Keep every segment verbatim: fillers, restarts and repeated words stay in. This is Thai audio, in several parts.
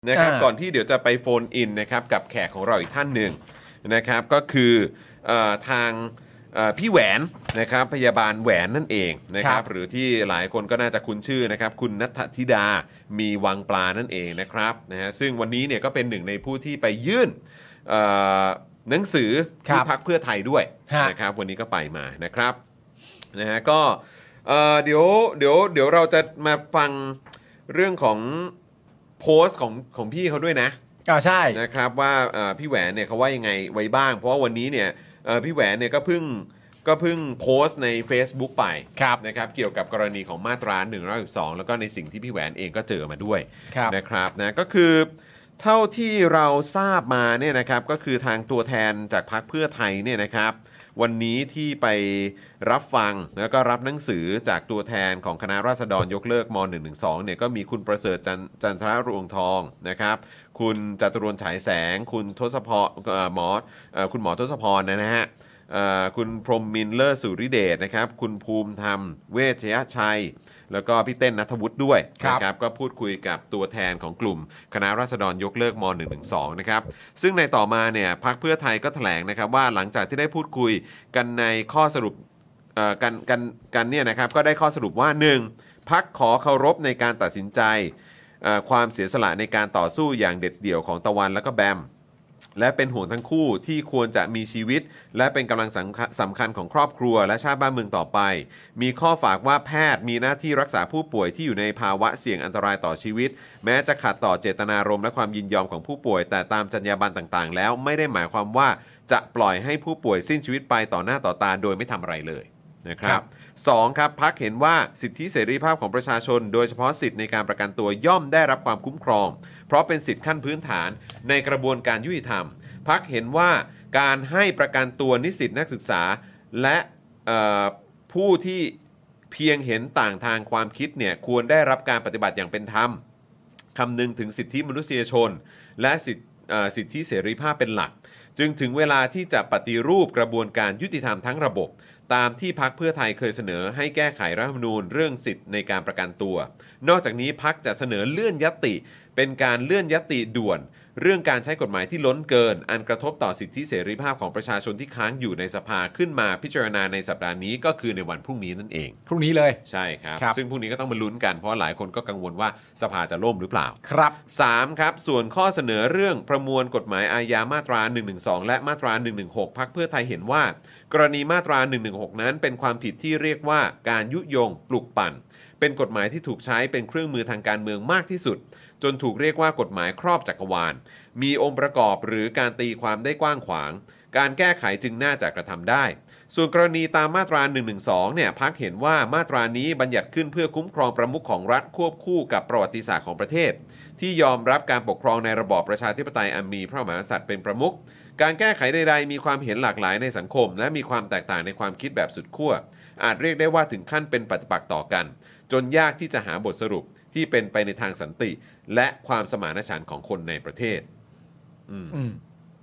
นะครับก่อนที่เดี๋ยวจะไปโฟนอินนะครับกับแขกของเราอีกท่านหนึ่งนะครับก็คือเอ่อทางเอ่อพี่แหวนนะครับพยาบาลแหวนนั่นเองนะครับหรือที่หลายคนก็น่าจะคุ้นชื่อนะครับคุณณัฐธิดามีวังปลานั่นเองนะครับนะฮะซึ่งวันนี้เนี่ยก็เป็นหนึ่งในผู้ที่ไปยื่นเอ่อหนังสือที่พรรคเพื่อไทยด้วยนะครับวันนี้ก็ไปมานะครับนะฮะก็เอ่อเดี๋ยวเดี๋ยวเดี๋ยวเราจะมาฟังเรื่องของโพสต์ของของพี่เขาด้วยนะอ่าใช่นะครับว่าพี่แหวนเนี่ยเขาว่ายังไงไว้บ้างเพราะว่าวันนี้เนี่ยพี่แหวนเนี่ยก็เพิ่งก็เพิ่งโพสต์ใน Facebook ไปนะครับเกี่ยวกับกรณีของมาตราหนึ่งร้อยสิบสองแล้วก็ในสิ่งที่พี่แหวนเองก็เจอมาด้วยนะครับนะก็คือเท่าที่เราทราบมาเนี่ยนะครับก็คือทางตัวแทนจากพรรคเพื่อไทยเนี่ยนะครับวันนี้ที่ไปรับฟังแล้วก็รับหนังสือจากตัวแทนของคณะราษฎรยกเลิกม หนึ่งหนึ่งสองเนี่ยก็มีคุณประเสริฐจันจันทรรวงทองนะครับคุณจตุรนต์ฉายแสงคุณทศพรหมอคุณหมอทศพรนะฮะคุณพรหมมินทร์เลิศสุริเดชนะครับคุณภูมิธรรมเวชยชัยแล้วก็พี่เต้นณัฐวุฒิด้วยนะครับก็พูดคุยกับตัวแทนของกลุ่มคณะราษฎรยกเลิกม หนึ่งหนึ่งสองนะครับซึ่งในต่อมาเนี่ยพรรคเพื่อไทยก็แถลงนะครับว่าหลังจากที่ได้พูดคุยกันในข้อสรุปกันกันกันเนี่ยนะครับก็ได้ข้อสรุปว่า หนึ่ง พรรคขอเคารพในการตัดสินใจความเสียสละในการต่อสู้อย่างเด็ดเดี่ยวของตะวันและก็แบมและเป็นห่วงทั้งคู่ที่ควรจะมีชีวิตและเป็นกำลังสำคัญของครอบครัวและชาติบ้านเมืองต่อไปมีข้อฝากว่าแพทย์มีหน้าที่รักษาผู้ป่วยที่อยู่ในภาวะเสี่ยงอันตรายต่อชีวิตแม้จะขัดต่อเจตนารมณ์และความยินยอมของผู้ป่วยแต่ตามจรรยาบรรณต่างๆแล้วไม่ได้หมายความว่าจะปล่อยให้ผู้ป่วยสิ้นชีวิตไปต่อหน้าต่อตาโดยไม่ทำอะไรเลยนะครับสองครับพรรคเห็นว่าสิทธิเสรีภาพของประชาชนโดยเฉพาะสิทธิในการประกันตัวย่อมได้รับความคุ้มครองเพราะเป็นสิทธิขั้นพื้นฐานในกระบวนการยุติธรรมพรรคเห็นว่าการให้ประกันตัวนิสิตนักศึกษาและผู้ที่เพียงเห็นต่างทางความคิดเนี่ยควรได้รับการปฏิบัติอย่างเป็นธรรมคำนึงถึงสิทธิมนุษยชนและสิทธิสิทธิเสรีภาพเป็นหลักจึงถึงเวลาที่จะปฏิรูปกระบวนการยุติธรรมทั้งระบบตามที่พรรคเพื่อไทยเคยเสนอให้แก้ไขรัฐธรรมนูญเรื่องสิทธิในการประกันตัวนอกจากนี้พรรคจะเสนอเลื่อนญัตติเป็นการเลื่อนญัตติด่วนเรื่องการใช้กฎหมายที่ล้นเกินอันกระทบต่อสิทธิเสรีภาพของประชาชนที่ค้างอยู่ในสภาขึ้นมาพิจารณาในสัปดาห์นี้ก็คือในวันพรุ่งนี้นั่นเองพรุ่งนี้เลยใช่ครับซึ่งพรุ่งนี้ก็ต้องมาลุ้นกันเพราะหลายคนก็กังวลว่าสภาจะล่มหรือเปล่าครับสามครับส่วนข้อเสนอเรื่องประมวลกฎหมายอาญามาตราหนึ่งหนึ่งสองและมาตราหนึ่งหนึ่งหกพรรคเพื่อไทยเห็นว่ากรณีมาตราหนึ่งหนึ่งหกนั้นเป็นความผิดที่เรียกว่าการยุยงปลุกปั่นเป็นกฎหมายที่ถูกใช้เป็นเครื่องมือทางการเมืองมากที่สุดจนถูกเรียกว่ากฎหมายครอบจักรวาลมีองค์ประกอบหรือการตีความได้กว้างขวางการแก้ไขจึงน่าจะกระทำได้ส่วนกรณีตามมาตราหนึ่งหนึ่งสองเนี่ยพรรคเห็นว่ามาตรานี้บัญญัติขึ้นเพื่อคุ้มครองประมุขของรัฐควบคู่กับประวัติศาสตร์ของประเทศที่ยอมรับการปกครองในระบอบประชาธิปไตยอันมีพระมหากษัตริย์เป็นประมุขการแก้ไขใดๆมีความเห็นหลากหลายในสังคมและมีความแตกต่างในความคิดแบบสุดขั้วอาจเรียกได้ว่าถึงขั้นเป็นปฏิปักษ์ต่อกันจนยากที่จะหาบทสรุปที่เป็นไปในทางสันติและความสมานฉันท์ของคนในประเทศอืมอืม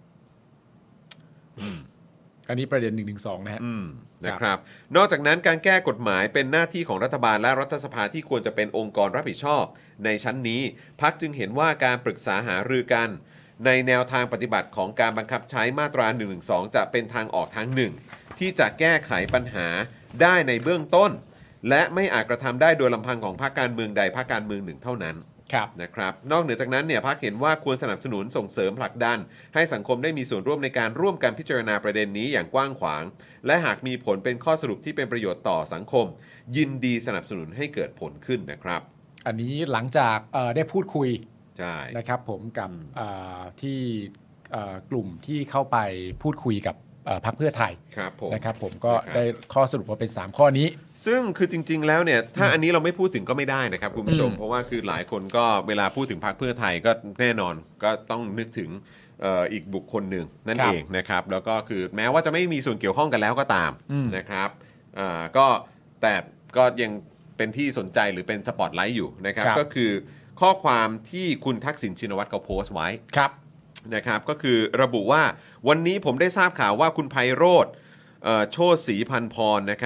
อืมอันนี้ประเด็นหนึ่งหนึ่งสองนะฮะนะครับนอกจากนั้นการแก้กฎหมายเป็นหน้าที่ของรัฐบาลและรัฐสภาที่ควรจะเป็นองค์กรรับผิดชอบในชั้นนี้พรรคจึงเห็นว่าการปรึกษาหารือกันในแนวทางปฏิบัติของการบังคับใช้มาตราหนึ่งหนึ่งสองจะเป็นทางออกทางหนึ่งที่จะแก้ไขปัญหาได้ในเบื้องต้นและไม่อาจกระทำได้โดยลำพังของพรรคการเมืองใดพรรคการเมืองหนึ่งเท่านั้นนะครับนอกเหนือจากนั้นเนี่ยพรรคเห็นว่าควรสนับสนุนส่งเสริมผลักดันให้สังคมได้มีส่วนร่วมในการร่วมกันพิจารณาประเด็นนี้อย่างกว้างขวางและหากมีผลเป็นข้อสรุปที่เป็นประโยชน์ต่อสังคมยินดีสนับสนุนให้เกิดผลขึ้นนะครับอันนี้หลังจากได้พูดคุยใช่นะครับผมกับที่กลุ่มที่เข้าไปพูดคุยกับพรรคเพื่อไทยนะครับผมก็ได้ข้อสรุปว่าเป็นสามข้อนี้ซึ่งคือจริงๆแล้วเนี่ยถ้าอันนี้เราไม่พูดถึงก็ไม่ได้นะครับคุณผู้ชมเพราะว่าคือหลายคนก็เวลาพูดถึงพรรคเพื่อไทยก็แน่นอนก็ต้องนึกถึงอีกบุคคลหนึ่งนั่นเองนะครับแล้วก็คือแม้ว่าจะไม่มีส่วนเกี่ยวข้องกันแล้วก็ตามนะครับก็แต่ก็ยังเป็นที่สนใจหรือเป็นสปอตไลท์อยู่นะครับก็คือข้อความที่คุณทักษิณชินวัตรเขาโพสต์ไว้นะครับก็คือระบุว่าวันนี้ผมได้ทราบข่าวว่าคุณไพโรจน์โชติศรีพันพรนะครับ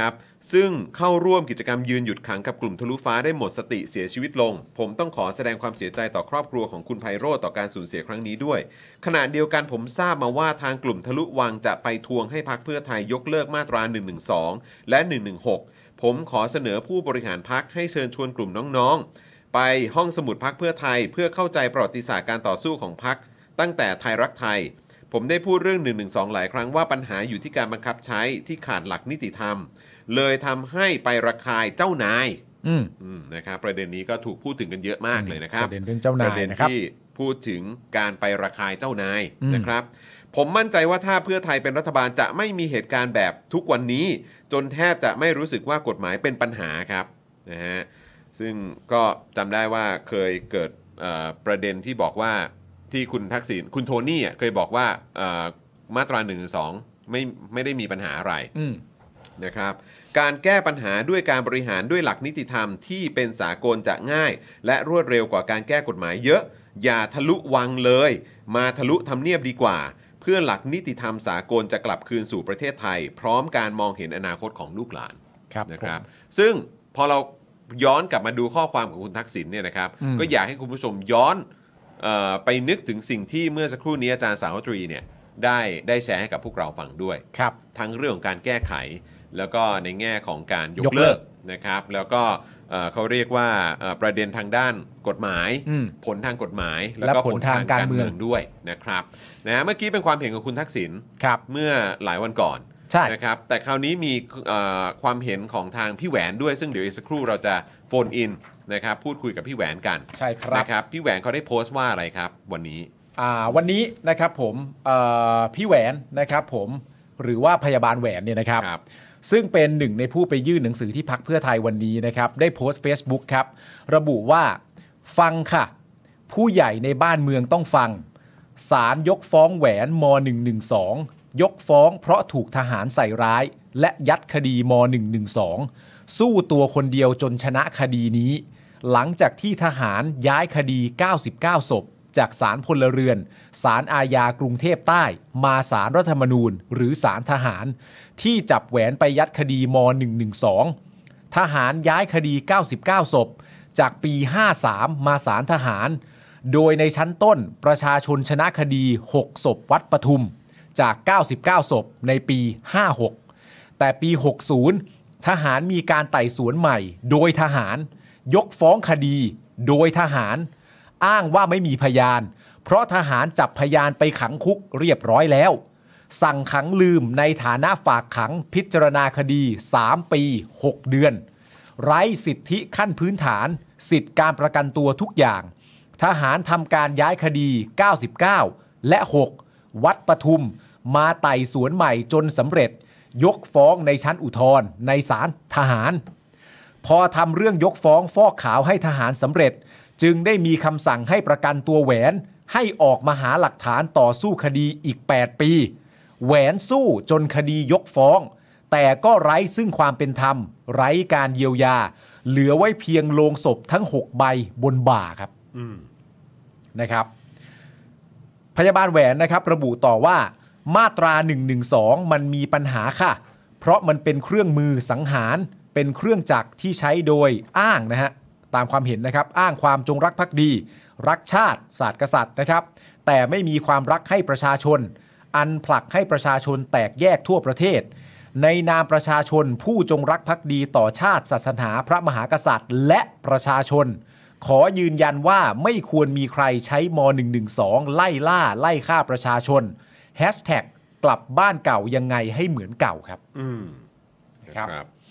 ซึ่งเข้าร่วมกิจกรรมยืนหยุดขังกับกลุ่มทะลุฟ้าได้หมดสติเสียชีวิตลงผมต้องขอแสดงความเสียใจต่อครอบครัวของคุณไพโรจน์ต่อการสูญเสียครั้งนี้ด้วยขณะเดียวกันผมทราบมาว่าทางกลุ่มทะลุวังจะไปทวงให้พรรคเพื่อไทยยกเลิกมาตราหนึ่งหนึ่งสองและหนึ่งหนึ่งหกผมขอเสนอผู้บริหารพรรคให้เชิญชวนกลุ่มน้องๆไปห้องสมุดพรรคเพื่อไทยเพื่อเข้าใจประวัติศาสตร์การต่อสู้ของพรรคตั้งแต่ไทยรักไทยผมได้พูดเรื่องหนึ่งหนึ่งสองหลายครั้งว่าปัญหาอยู่ที่การบังคับใช้ที่ขาดหลักนิติธรรมเลยทำให้ไประคายเจ้านายอืมนะครับประเด็นนี้ก็ถูกพูดถึงกันเยอะมากเลยนะครับประเด็นเรื่องเจ้านายประเด็นที่พูดถึงการไประคายเจ้านายนะครับผมมั่นใจว่าถ้าเพื่อไทยเป็นรัฐบาลจะไม่มีเหตุการณ์แบบทุกวันนี้จนแทบจะไม่รู้สึกว่ากฎหมายเป็นปัญหาครับนะฮะซึ่งก็จำได้ว่าเคยเกิดประเด็นที่บอกว่าที่คุณทักษิณคุณโทนี่เคยบอกว่ามาตราหนึ่งหนึ่งสองไม่ไม่ได้มีปัญหาอะไรนะครับการแก้ปัญหาด้วยการบริหารด้วยหลักนิติธรรมที่เป็นสากลจะง่ายและรวดเร็วกว่าการแก้กฎหมายเยอะอย่าทะลุวังเลยมาทะลุทำเนียบดีกว่าเพื่อหลักนิติธรรมสากลจะกลับคืนสู่ประเทศไทยพร้อมการมองเห็นอนาคตของลูกหลานนะครับซึ่งพอเราย้อนกลับมาดูข้อความของคุณทักษิณเนี่ยนะครับก็อยากให้คุณผู้ชมย้อนเอ่อไปนึกถึงสิ่งที่เมื่อสักครู่นี้อาจารย์สาวตรีเนี่ยได้ได้แชร์ให้กับพวกเราฟังด้วยทั้งเรื่องของการแก้ไขแล้วก็ในแง่ของการยกเลิกนะครับแล้วก็เขาเรียกว่าประเด็นทางด้านกฎหมายผลทางกฎหมายแล้วก็ผลทางการเมืองด้วยนะครับนะเมื่อกี้เป็นความเห็นของคุณทักษิณเมื่อหลายวันก่อนนะครับแต่คราวนี้มีความเห็นของทางพี่แหวนด้วยซึ่งเดี๋ยวอีกสักครู่เราจะโฟนอินนะครับพูดคุยกับพี่แหวนกันใช่ครับนะครับพี่แหวนเขาได้โพสต์ว่าอะไรครับวันนี้วันนี้นะครับผมพี่แหวนนะครับผมหรือว่าพยาบาลแหวนเนี่ยนะครับซึ่งเป็นหนึ่งในผู้ไปยื่นหนังสือที่พรรคเพื่อไทยวันนี้นะครับได้โพสต์ Facebook ครับระบุว่าฟังค่ะผู้ใหญ่ในบ้านเมืองต้องฟังศาลยกฟ้องแหวนมหนึ่งหนึ่งสองยกฟ้องเพราะถูกทหารใส่ร้ายและยัดคดีมหนึ่งหนึ่งสองสู้ตัวคนเดียวจนชนะคดีนี้หลังจากที่ทหารย้ายคดีเก้าสิบเก้าศพจากศาลพลเรือนศาลอาญากรุงเทพใต้มาศาลรัฐธรรมนูญหรือศาลทหารที่จับแหวนไปยัดคดีมหนึ่งหนึ่งสองทหารย้ายคดีเก้าสิบเก้าศพจากปีห้าสามมาศาลทหารโดยในชั้นต้นประชาชนชนะคดีหกศพวัดปทุมจากเก้าสิบเก้าศพในปีห้าหกแต่ปีหกสิบทหารมีการไต่สวนใหม่โดยทหารยกฟ้องคดีโดยทหารอ้างว่าไม่มีพยานเพราะทหารจับพยานไปขังคุกเรียบร้อยแล้วสั่งขังลืมในฐานะฝากขังพิจารณาคดีสามปีหกเดือนไร้สิทธิขั้นพื้นฐานสิทธิการประกันตัวทุกอย่างทหารทำการย้ายคดีเก้าสิบเก้าและหกวัดปทุมมาไต่สวนใหม่จนสำเร็จยกฟ้องในชั้นอุทธรณ์ในศาลทหารพอทำเรื่องยกฟ้องฟอกขาวให้ทหารสำเร็จจึงได้มีคำสั่งให้ประกันตัวแหวนให้ออกมาหาหลักฐานต่อสู้คดีอีกแปดปีแหวนสู้จนคดียกฟ้องแต่ก็ไร้ซึ่งความเป็นธรรมไร้การเยียวยาเหลือไว้เพียงโลงศพทั้งหกใบบนบ่าครับนะครับพยาบาลแหวนนะครับระบุต่อว่ามาตราหนึ่งหนึ่งสองมันมีปัญหาค่ะเพราะมันเป็นเครื่องมือสังหารเป็นเครื่องจักรที่ใช้โดยอ้างนะฮะตามความเห็นนะครับอ้างความจงรักภักดีรักชาติศาสตร์กษัตริย์นะครับแต่ไม่มีความรักให้ประชาชนอันผลักให้ประชาชนแตกแยกทั่วประเทศในนามประชาชนผู้จงรักภักดีต่อชาติศาสนาพระมหากษัตริย์และประชาชนขอยืนยันว่าไม่ควรมีใครใช้มหนึ่งหนึ่งสองไล่ล่าไล่ฆ่าประชาชนแฮชแท็กกลับบ้านเก่ายังไงให้เหมือนเก่าครับอืมครับ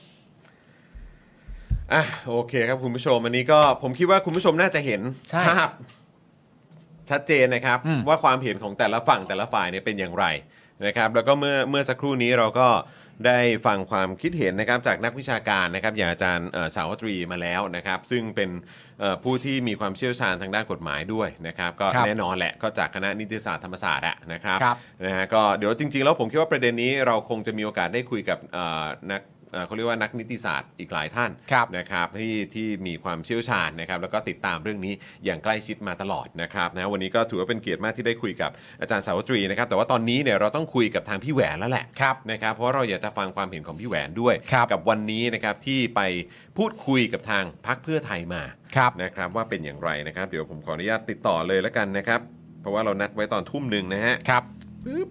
อ่ะโอเคครับคุณผู้ชมอันนี้ก็ผมคิดว่าคุณผู้ชมน่าจะเห็นภาพชัดเจนนะครับว่าความเห็นของแต่ละฝั่งแต่ละฝ่ายเนี่ยเป็นอย่างไรนะครับแล้วก็เมื่อเมื่อสักครู่นี้เราก็ได้ฟังความคิดเห็นนะครับจากนักวิชาการนะครับอย่างอาจารย์สาวตรีมาแล้วนะครับซึ่งเป็นผู้ที่มีความเชี่ยวชาญทางด้านกฎหมายด้วยนะครับก็แน่นอนแหละก็จากคณะนิติศาสตร์ธรรมศาสตร์อะนะครับนะฮะก็เดี๋ยวจริงๆแล้วผมคิดว่าประเด็นนี้เราคงจะมีโอกาสได้คุยกับนักเขาเรียกว่านักนิติศาสตร์อีกหลายท่านนะครับที่ที่มีความเชี่ยวชาญนะครับแล้วก็ติดตามเรื่องนี้อย่างใกล้ชิดมาตลอดนะครับนะวันนี้ก็ถือว่าเป็นเกียรติมากที่ได้คุยกับอาจารย์สาวตรีนะครับแต่ว่าตอนนี้เนี่ยเราต้องคุยกับทางพี่แหวนแล้วแหละนะครับเพราะเราอยากจะฟังความเห็นของพี่แหวนด้วยกับวันนี้นะครับที่ไปพูดคุยกับทางพรรคเพื่อไทยมานะครับว่าเป็นอย่างไรนะครับเดี๋ยวผมขออนุญาตติดต่อเลยแล้วกันนะครับเพราะว่าเรานัดไว้ตอนทุ่มหนึ่งนะฮะครับปึ๊บ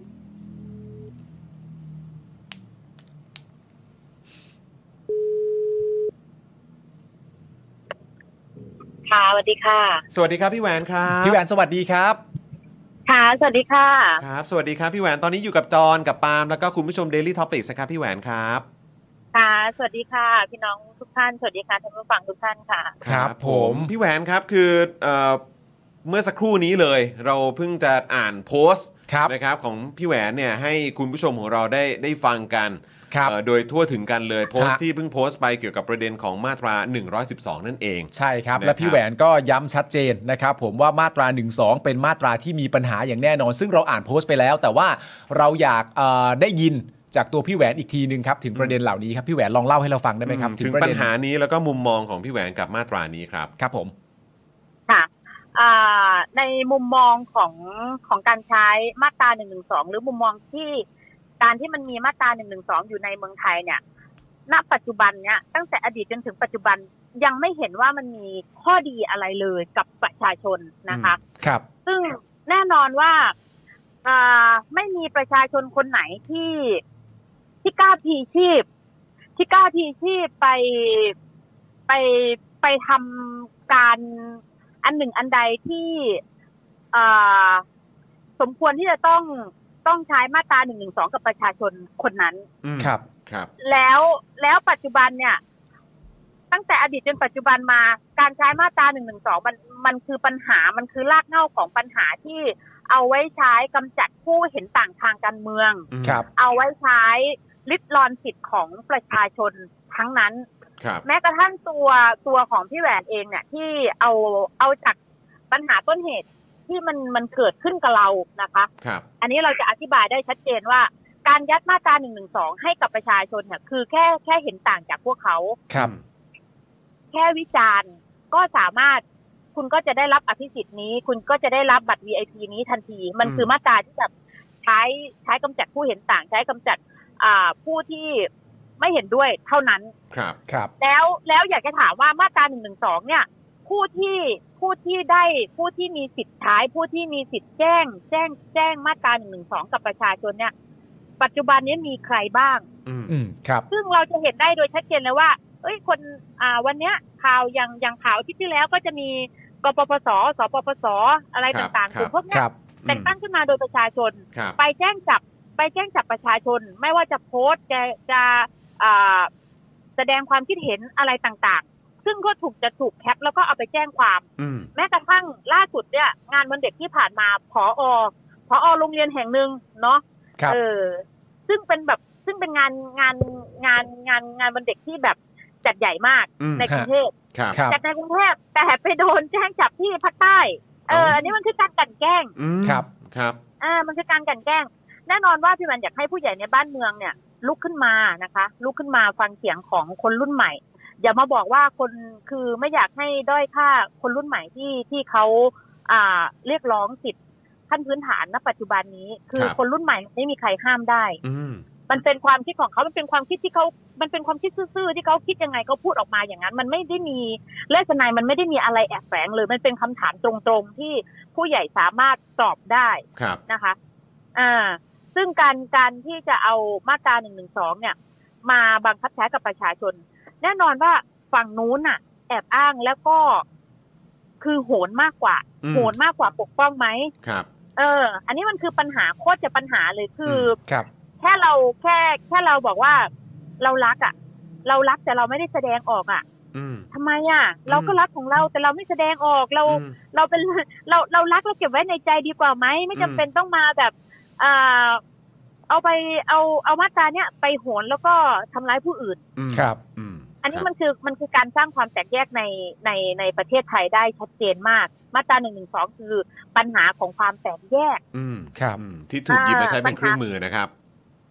ค่ะสวัสดีค่ะสวัสดีครับพี่แหวนครับพี่แหวนสวัสดีครับค่ะสวัสดีค่ะครับสวัสดีครับพี่แหวนตอนนี้อยู่กับจอนกับปาล์มแล้วก็คุณผู้ชม Daily Topics นะครับพี่แหวนครับค่ะสวัสดีค่ะพี่น้องทุกท่านสวัสดีค่ะท่านผู้ฟังทุกท่านค่ะครับผมพี่แหวนครับคือเอ่อเมื่อสักครู่นี้เลยเราเพิ่งจะอ่านโพสต์นะครับของพี่แหวนเนี่ยให้คุณผู้ชมของเราได้ได้ฟังกันโดยทั่วถึงกันเลยโพสต์ที่เพิ่งโพสต์ไปเกี่ยวกับประเด็นของมาตราหนึ่งร้อยสิบสองนั่นเองใช่ครับและพี่แหวนก็ย้ำชัดเจนนะครับผมว่ามาตราหนึ่งสองเป็นมาตราที่มีปัญหาอย่างแน่นอนซึ่งเราอ่านโพสต์ไปแล้วแต่ว่าเราอยากได้ยินจากตัวพี่แหวนอีกทีนึงครับถึงประเด็นเหล่านี้ครับพี่แหวนลองเล่าให้เราฟังได้ไหมครับถึงปัญหานี้แล้วก็มุมมองของพี่แหวนกับมาตรานี้ครับครับผมค่ะในมุมมองของของการใช้มาตราหนึ่งหนึ่งสองหรือมุมมองที่การที่มันมีมาตราหนึ่งหนึ่งสองอยู่ในเมืองไทยเนี่ยณปัจจุบันเนี่ยตั้งแต่อดีตจนถึงปัจจุบันยังไม่เห็นว่ามันมีข้อดีอะไรเลยกับประชาชนนะคะครับซึ่งแน่นอนว่าไม่มีประชาชนคนไหนที่ที่กล้าพลีชีพที่กล้าพลีชีพไปไปไปทำการอันหนึ่งอันใดที่สมควรที่จะต้องต้องใช้มาตราหนึ่งหนึ่งสองกับประชาชนคนนั้นครับครับแล้วแล้วปัจจุบันเนี่ยตั้งแต่อดีตจนปัจจุบันมาการใช้มาตราหนึ่งหนึ่งสองมันมันคือปัญหามันคือรากเหง้าของปัญหาที่เอาไว้ใช้กำจัดผู้เห็นต่างทางการเมืองเอาไว้ใช้ลิดรอนสิทธิ์ของประชาชนทั้งนั้นแม้กระทั่งตัวตัวของพี่แหวนเองเนี่ยที่เอาเอาจากปัญหาต้นเหตุที่มันมันเกิดขึ้นกับเรานะคะครับอันนี้เราจะอธิบายได้ชัดเจนว่าการยัดมาตราหนึ่งหนึ่งสองให้กับประชาชนเนี่ยคือแค่แค่เห็นต่างจากพวกเขาครับแค่วิจารณ์ก็สามารถคุณก็จะได้รับอภิสิทธิ์นี้คุณก็จะได้รับบัตร วี ไอ พี นี้ทันทีมันคือมาตราที่จะใช้ใช้กำจัดผู้เห็นต่างใช้กำจัดอ่าผู้ที่ไม่เห็นด้วยเท่านั้นครับครับแล้วแล้วอยากจะถามว่ามาตราหนึ่งหนึ่งสองเนี่ยผู้ที่ผู้ที่ได้ผู้ที่มีสิทธิ์ใช้ผู้ที่มีสิทธิ์แจ้งแจ้งแจ้งมาตราหนึ่งหนึ่งสองกับประชาชนเนี่ยปัจจุบันนี้มีใครบ้างอืมครับซึ่งเราจะเห็นได้โดยชัดเจนเลยว่าเอ้ยคนอ่าวันเนี้ยข่าวอย่างอย่างข่าวที่ที่แล้วก็จะมีกปปสสปปสอะไรต่างๆกลุ่มพวกนี้แต่งตั้งขึ้นมาโดยประชาชนไปแจ้งจับไปแจ้งจับประชาชนไม่ว่าจะโพสต์จะจะอ่าแสดงความคิดเห็นอะไรต่างๆซึ่งก็ถูกจะถูกแคปแล้วก็เอาไปแจ้งความแม้กระทั่งล่าสุดเนี่ยงานวันเด็กที่ผ่านมาผอผอโรงเรียนแห่งหนึ่งเนาะเออซึ่งเป็นแบบซึ่งเป็นงานงานงานงานงานวันเด็กที่แบบจัดใหญ่มากในกรุงเทพจัดในกรุงเทพแต่ไปโดนแจ้งจับที่ภาคใต้เอออันนี้มันคือการกลั่นแกล้งครับครับอ่ามันคือการกลั่นแกล้งแน่นอนว่าพี่มันอยากให้ผู้ใหญ่ในบ้านเมืองเนี่ยลุกขึ้นมานะคะลุกขึ้นมาฟังเสียงของคนรุ่นใหม่อย่ามาบอกว่าคนคือไม่อยากให้ด้อยค่าคนรุ่นใหม่ที่ที่เขาอ่าเรียกร้องสิทธิขั้นพื้นฐานณปัจจุบันนี้คือคนรุ่นใหม่ไม่มีใครห้ามได้มันเป็นความคิดของเขามันเป็นความคิดที่เขามันเป็นความคิดซื่อๆที่เขาคิดยังไงเขาพูดออกมาอย่างนั้นมันไม่ได้มีเลสนายมันไม่ได้มีอะไรแอบแฝงเลยมันเป็นคำถามตรงๆที่ผู้ใหญ่สามารถตอบได้นะคะอ่าซึ่งการการที่จะเอามาตราหนึ่งหนึ่งสองเนี่ยมาบังคับใช้กับประชาชนแน่นอนว่าฝั่งนู้นน่ะแอบอ้างแล้วก็คือโหนมากกว่าโหนมากกว่าปกป้องไหมครับเอออันนี้มันคือปัญหาโคตรจะปัญหาเลยคือแค่เราแค่แค่เราบอกว่าเรารักอ่ะเรารักแต่เราไม่ได้แสดงออกอ่ะทำไมอ่ะเราก็รักของเราแต่เราไม่แสดงออกเราเราเป็นเราเรารักเราเก็บไว้ในใจดีกว่าไหมไม่จำเป็นต้องมาแบบอ่าเอาไปเอาเอามาตราเนี้ยไปโหนแล้วก็ทำร้ายผู้อื่นครับอันนี้มันคือมันคือการสร้างความแตกแยกในในในประเทศไทยได้ชัดเจนมากมาตราหนึ่งหนึ่งสองคือปัญหาของความแตกแยกอืมครับที่ถูกหยิบมาใช้เป็นเครื่องมือนะครับ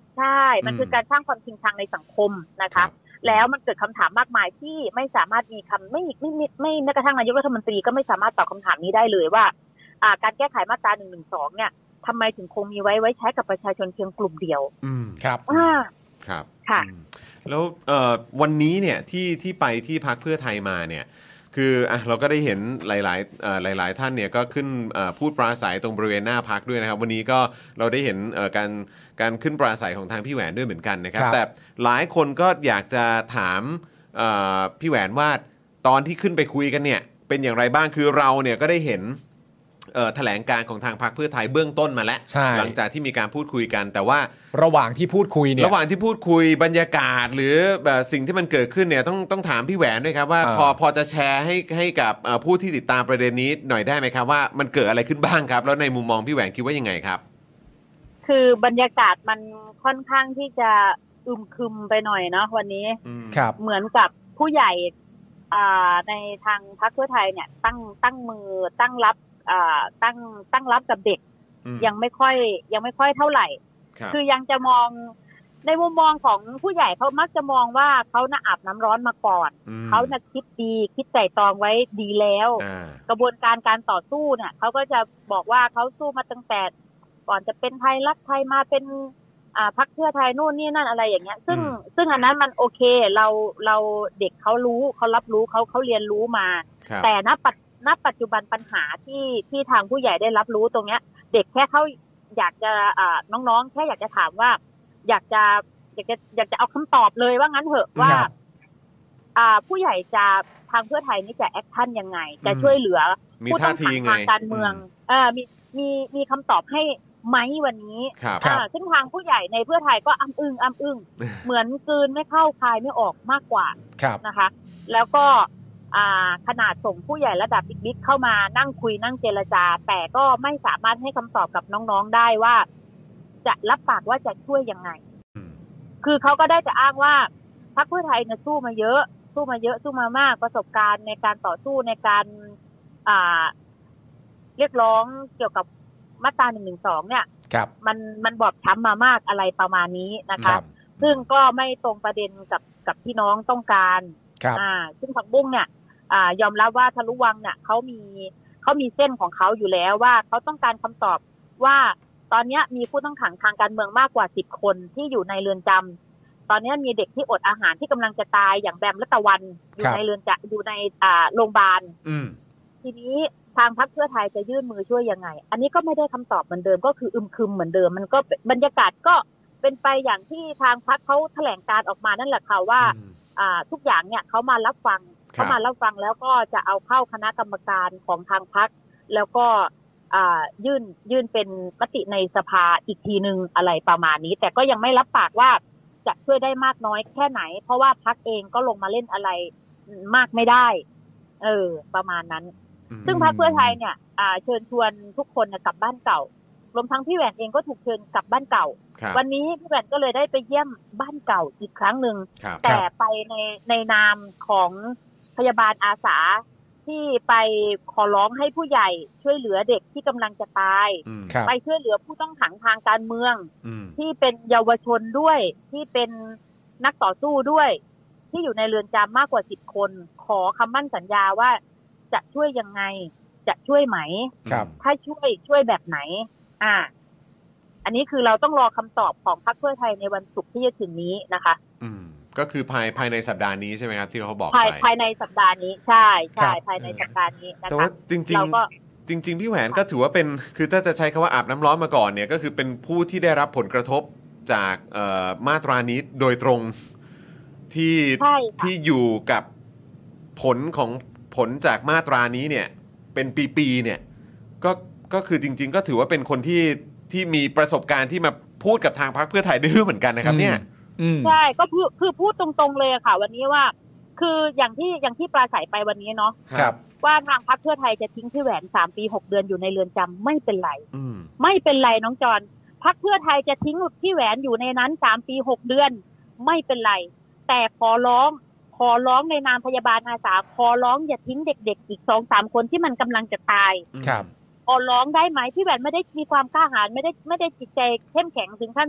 ใช่มันคือการสร้างความจริงชังในสังคมนะคะแล้วมันเกิดคำถามมากมายที่ไม่สามารถมีคำไม่ไม่ไม่ไม่แม้กระทั่งนายกรัฐมนตรีก็ไม่สามารถตอบคำถามนี้ได้เลยว่าการแก้ไขมาตราหนึ่งหนึ่งสองเนี่ยทำไมถึงคงมีไว้ไว้ใช้กับประชาชนเพียงกลุ่มเดียวอืมครับอ่าครับค่ะแล้วเอ่อวันนี้เนี่ยที่ที่ไปที่พรรคเพื่อไทยมาเนี่ยคืออ่ะเราก็ได้เห็นหลายๆเอ่อหลายๆท่านเนี่ยก็ขึ้นเอ่อพูดปราศัยตรงบริเวณหน้าพรรคด้วยนะครับวันนี้ก็เราได้เห็นเอ่อการการขึ้นปราศัยของทางพี่แหวนด้วยเหมือนกันนะครับแต่หลายคนก็อยากจะถามเอ่อพี่แหวนว่าตอนที่ขึ้นไปคุยกันเนี่ยเป็นอย่างไรบ้างคือเราเนี่ยก็ได้เห็นแถลงการของทางพรรคเพื่อไทยเบื้องต้นมาแล้วหลังจากที่มีการพูดคุยกันแต่ว่าระหว่างที่พูดคุยเนี่ยระหว่างที่พูดคุยบรรยากาศหรือแบบสิ่งที่มันเกิดขึ้นเนี่ยต้องต้องถามพี่แหวนด้วยครับว่าพอพอจะแชร์ให้ให้กับผู้ที่ติดตามประเด็นนี้หน่อยได้ไหมครับว่ามันเกิดอะไรขึ้นบ้างครับแล้วในมุมมองพี่แหวนคิดว่ายังไงครับคือบรรยากาศมันค่อนข้างที่จะอึมครึมไปหน่อยเนาะวันนี้เหมือนกับผู้ใหญ่ในทางพรรคเพื่อไทยเนี่ยตั้งตั้งมือตั้งรับตั้งตั้งรับกับเด็กยังไม่ค่อยยังไม่ค่อยเท่าไหร่คือยังจะมองในมุมมองของผู้ใหญ่เขามักจะมองว่าเขาน่ะอาบน้ำร้อนมาก่อนเขาน่ะคิดดีคิดไตร่ตรองไว้ดีแล้วกระบวนการการต่อสู้เนี่ยเขาก็จะบอกว่าเขาสู้มาตั้งแต่ก่อนจะเป็นไทยรักไทยมาเป็นพรรคเพื่อไทยนู่นนี่นั่นอะไรอย่างเงี้ยซึ่งซึ่งอันนั้นมันโอเคเราเราเด็กเขารู้เขารับรู้เขาเขาเรียนรู้มาแต่ณปัจณปัจจุบันปัญหาที่ที่ทางผู้ใหญ่ได้รับรู้ตรงเนี้ยเด็กแค่เขาอยากจะอ่าน้องๆแค่อยากจะถามว่าอยากจะอยากจะอยากจะเอาคำตอบเลยว่างั้นเถอะว่าอ่าผู้ใหญ่จะทางเพื่อไทยนี่จะแอคชั่นยังไงจะช่วยเหลือผู้ต้องขังทางการเมืองเออมีมีมีคำตอบให้ไหมวันนี้อ่าซึ่งทางผู้ใหญ่ในเพื่อไทยก็อ้ำอึ้งอ้ำอึ้งเหมือนกลืนไม่เข้าคายไม่ออกมากกว่านะคะแล้วก็ขนาดส่งผู้ใหญ่ระดับบิ๊กๆเข้ามานั่งคุยนั่งเจรจาแต่ก็ไม่สามารถให้คำตอบกับน้องๆได้ว่าจะรับปากว่าจะช่วยยังไงคือเขาก็ได้แต่อ้างว่าพรรคเพื่อไทยเนี่ยสู้มาเยอะสู้มาเยอะสู้มามากประสบการณ์ในการต่อสู้ในการอ่าเรียกร้องเกี่ยวกับมาตราหนึ่งหนึ่งสองเนี่ยมันมันบอบช้ำมามากอะไรประมาณนี้นะคะซึ่งก็ไม่ตรงประเด็นกับกับที่น้องต้องการอ่าซึ่งผักบุ้งเนี่ยอ่ายอมรับว่าทะลุวังเนี่ยเขามีเขามีเส้นของเขาอยู่แล้วว่าเขาต้องการคำตอบว่าตอนนี้มีผู้ต้องขังทางการเมืองมากกว่าสิบคนที่อยู่ในเรือนจำตอนนี้มีเด็กที่อดอาหารที่กำลังจะตายอย่างแบมและตะวันอยู่ในเรือนจำอยู่ในอ่าโรงพยาบาลทีนี้ทางพรรคเพื่อไทยจะยื่นมือช่วยยังไงอันนี้ก็ไม่ได้คำตอบเหมือนเดิมก็คืออึมครึมเหมือนเดิมมันก็บรรยากาศก็เป็นไปอย่างที่ทางพรรคเขาแถลงการออกมานั่นแหละค่ะว่าอ่าทุกอย่างเนี่ยเขามารับฟังเขามารับฟังแล้วก็จะเอาเข้าคณะกรรมการของทางพรรคแล้วก็อ่ายื่นยื่นเป็นมติในสภาอีกทีนึงอะไรประมาณนี้แต่ก็ยังไม่รับปากว่าจะช่วยได้มากน้อยแค่ไหนเพราะว่าพรรคเองก็ลงมาเล่นอะไรมากไม่ได้เออประมาณนั้นซึ่งพรรคเพื่อไทยเนี่ยอ่าเชิญชวนทุกคนกลับบ้านเก่ารวมทั้งพี่แหวนเองก็ถูกเชิญกลับบ้านเก่าวันนี้พี่แหวนก็เลยได้ไปเยี่ยมบ้านเก่าอีกครั้งหนึ่งแต่ไปในในนามของพยาบาลอาสาที่ไปขอร้องให้ผู้ใหญ่ช่วยเหลือเด็กที่กำลังจะตายไปช่วยเหลือผู้ต้องขังทางการเมืองที่เป็นเยาวชนด้วยที่เป็นนักต่อสู้ด้วยที่อยู่ในเรือนจำมากกว่าสิบคนขอคำมั่นสัญญาว่าจะช่วยยังไงจะช่วยไหมถ้าช่วยช่วยแบบไหนอ่าอันนี้คือเราต้องรอคำตอบของพรรคเพื่อไทยในวันศุกร์ที่จะถึงนี้นะคะอืมก็คือภายภายในสัปดาห์นี้ใช่ไหมครับที่เขาบอกไปภายในสัปดาห์นี้ใช่ใช่ภายในสัปดาห์นี้นะคะแต่ว่าจริงๆเราก็จริงๆพี่แหวนก็ถือว่าเป็นคือถ้าจะใช้คำว่าอาบน้ำร้อนมาก่อนเนี่ยก็คือเป็นผู้ที่ได้รับผลกระทบจากมาตรานี้โดยตรงที่ที่อยู่กับผลของผลจากมาตรานี้เนี่ยเป็นปีๆเนี่ยก็ก็คือจริงๆก็ถือว่าเป็นคนที่ที่มีประสบการณ์ที่มาพูดกับทางพรรคเพื่อไทยด้วยเหมือนกันนะครับเนี่ยใช่ก็คือคือพูดตรงๆเลยค่ะวันนี้ว่าคืออย่างที่อย่างที่ปราศัยไปวันนี้เนาะว่าทางพรรคเพื่อไทยจะทิ้งพี่แหวนสามปีหกเดือนอยู่ในเรือนจำไม่เป็นไรไม่เป็นไรน้องจอนพรรคเพื่อไทยจะทิ้งพี่แหวนอยู่ในนั้นสามปีหกเดือนไม่เป็นไรแต่ขอร้องขอร้องในนามพยาบาลอาสาขอร้องอย่าทิ้งเด็กๆอีก สองสาม คนที่มันกำลังจะตายขอร้องได้ไหมพี่แหวนไม่ได้มีความกล้าหาญไม่ได้ไม่ได้จิตใจเข้มแข็งถึงขั้นต้อง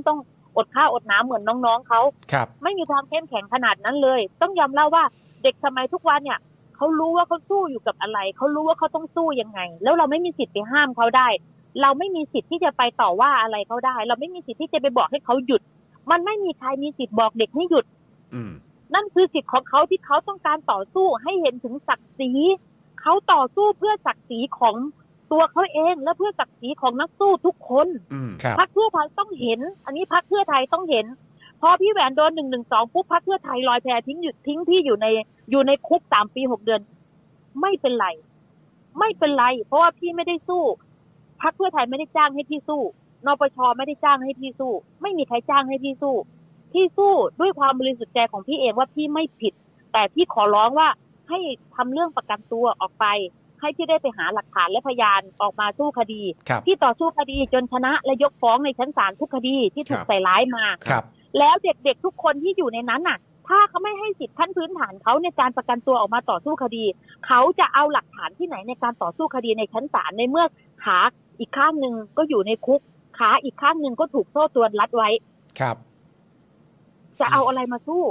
อดข้าวอดน้ำเหมือนน้องๆเขาไม่มีความเข้มแข็งขนาดนั้นเลยต้องยอมเล่าว่าเด็กสมัยทุกวันเนี่ยเขารู้ว่าเขาสู้อยู่กับอะไรเขารู้ว่าเขาต้องสู้ยังไงแล้วเราไม่มีสิทธิ์ไปห้ามเขาได้เราไม่มีสิทธิ์ที่จะไปต่อว่าอะไรเขาได้เราไม่มีสิทธิ์ที่จะไปบอกให้เขาหยุดมันไม่มีใครมีสิทธิ์บอกเด็กให้หยุดนั่นคือสิทธิ์ของเขาที่เขาต้องการต่อสู้ให้เห็นถึงศักดิ์ศรีเขาต่อสู้เพื่อศักดิ์ศรีของตัวเขาเองและเพื่อศักดิ์ศรีของนักสู้ทุกคนพรรคเพื่อไทยต้องเห็นอันนี้พรรคเพื่อไทยต้องเห็นพอพี่แหวนโดนหนึ่งหนึ่งสองปุ๊บพรรคเพื่อไทยลอยแพทิ้งหยุดทิ้งพี่อยู่ในอยู่ในคุกสามปีหกเดือนไม่เป็นไรไม่เป็นไรเพราะว่าพี่ไม่ได้สู้พรรคเพื่อไทยไม่ได้จ้างให้พี่สู้นปช.ไม่ได้จ้างให้พี่สู้ไม่มีใครจ้างให้พี่สู้พี่สู้ด้วยความบริสุทธิ์ใจของพี่เองว่าพี่ไม่ผิดแต่พี่ขอร้องว่าให้ทำเรื่องประกันตัวออกไปให้พี่ได้ไปหาหลักฐานและพยานออกมาสู้คดีที่ต่อสู้คดีจนชนะและยกฟ้องในชั้นศาลทุกคดีที่ถูกใส่ร้ายมาแล้วเด็กๆทุกคนที่อยู่ในนั้นน่ะถ้าเขาไม่ให้สิทธิขั้นพื้นฐานเขาในการประกันตัวออกมาต่อสู้คดีเขาจะเอาหลักฐานที่ไหนในการต่อสู้คดีในชั้นศาลในเมื่อขาอีกข้างหนึ่งก็อยู่ในคุกขาอีกข้างหนึ่งก็ถูกโซ่ตรวนรัดไว้ครับจะเอาอะไรมาสู้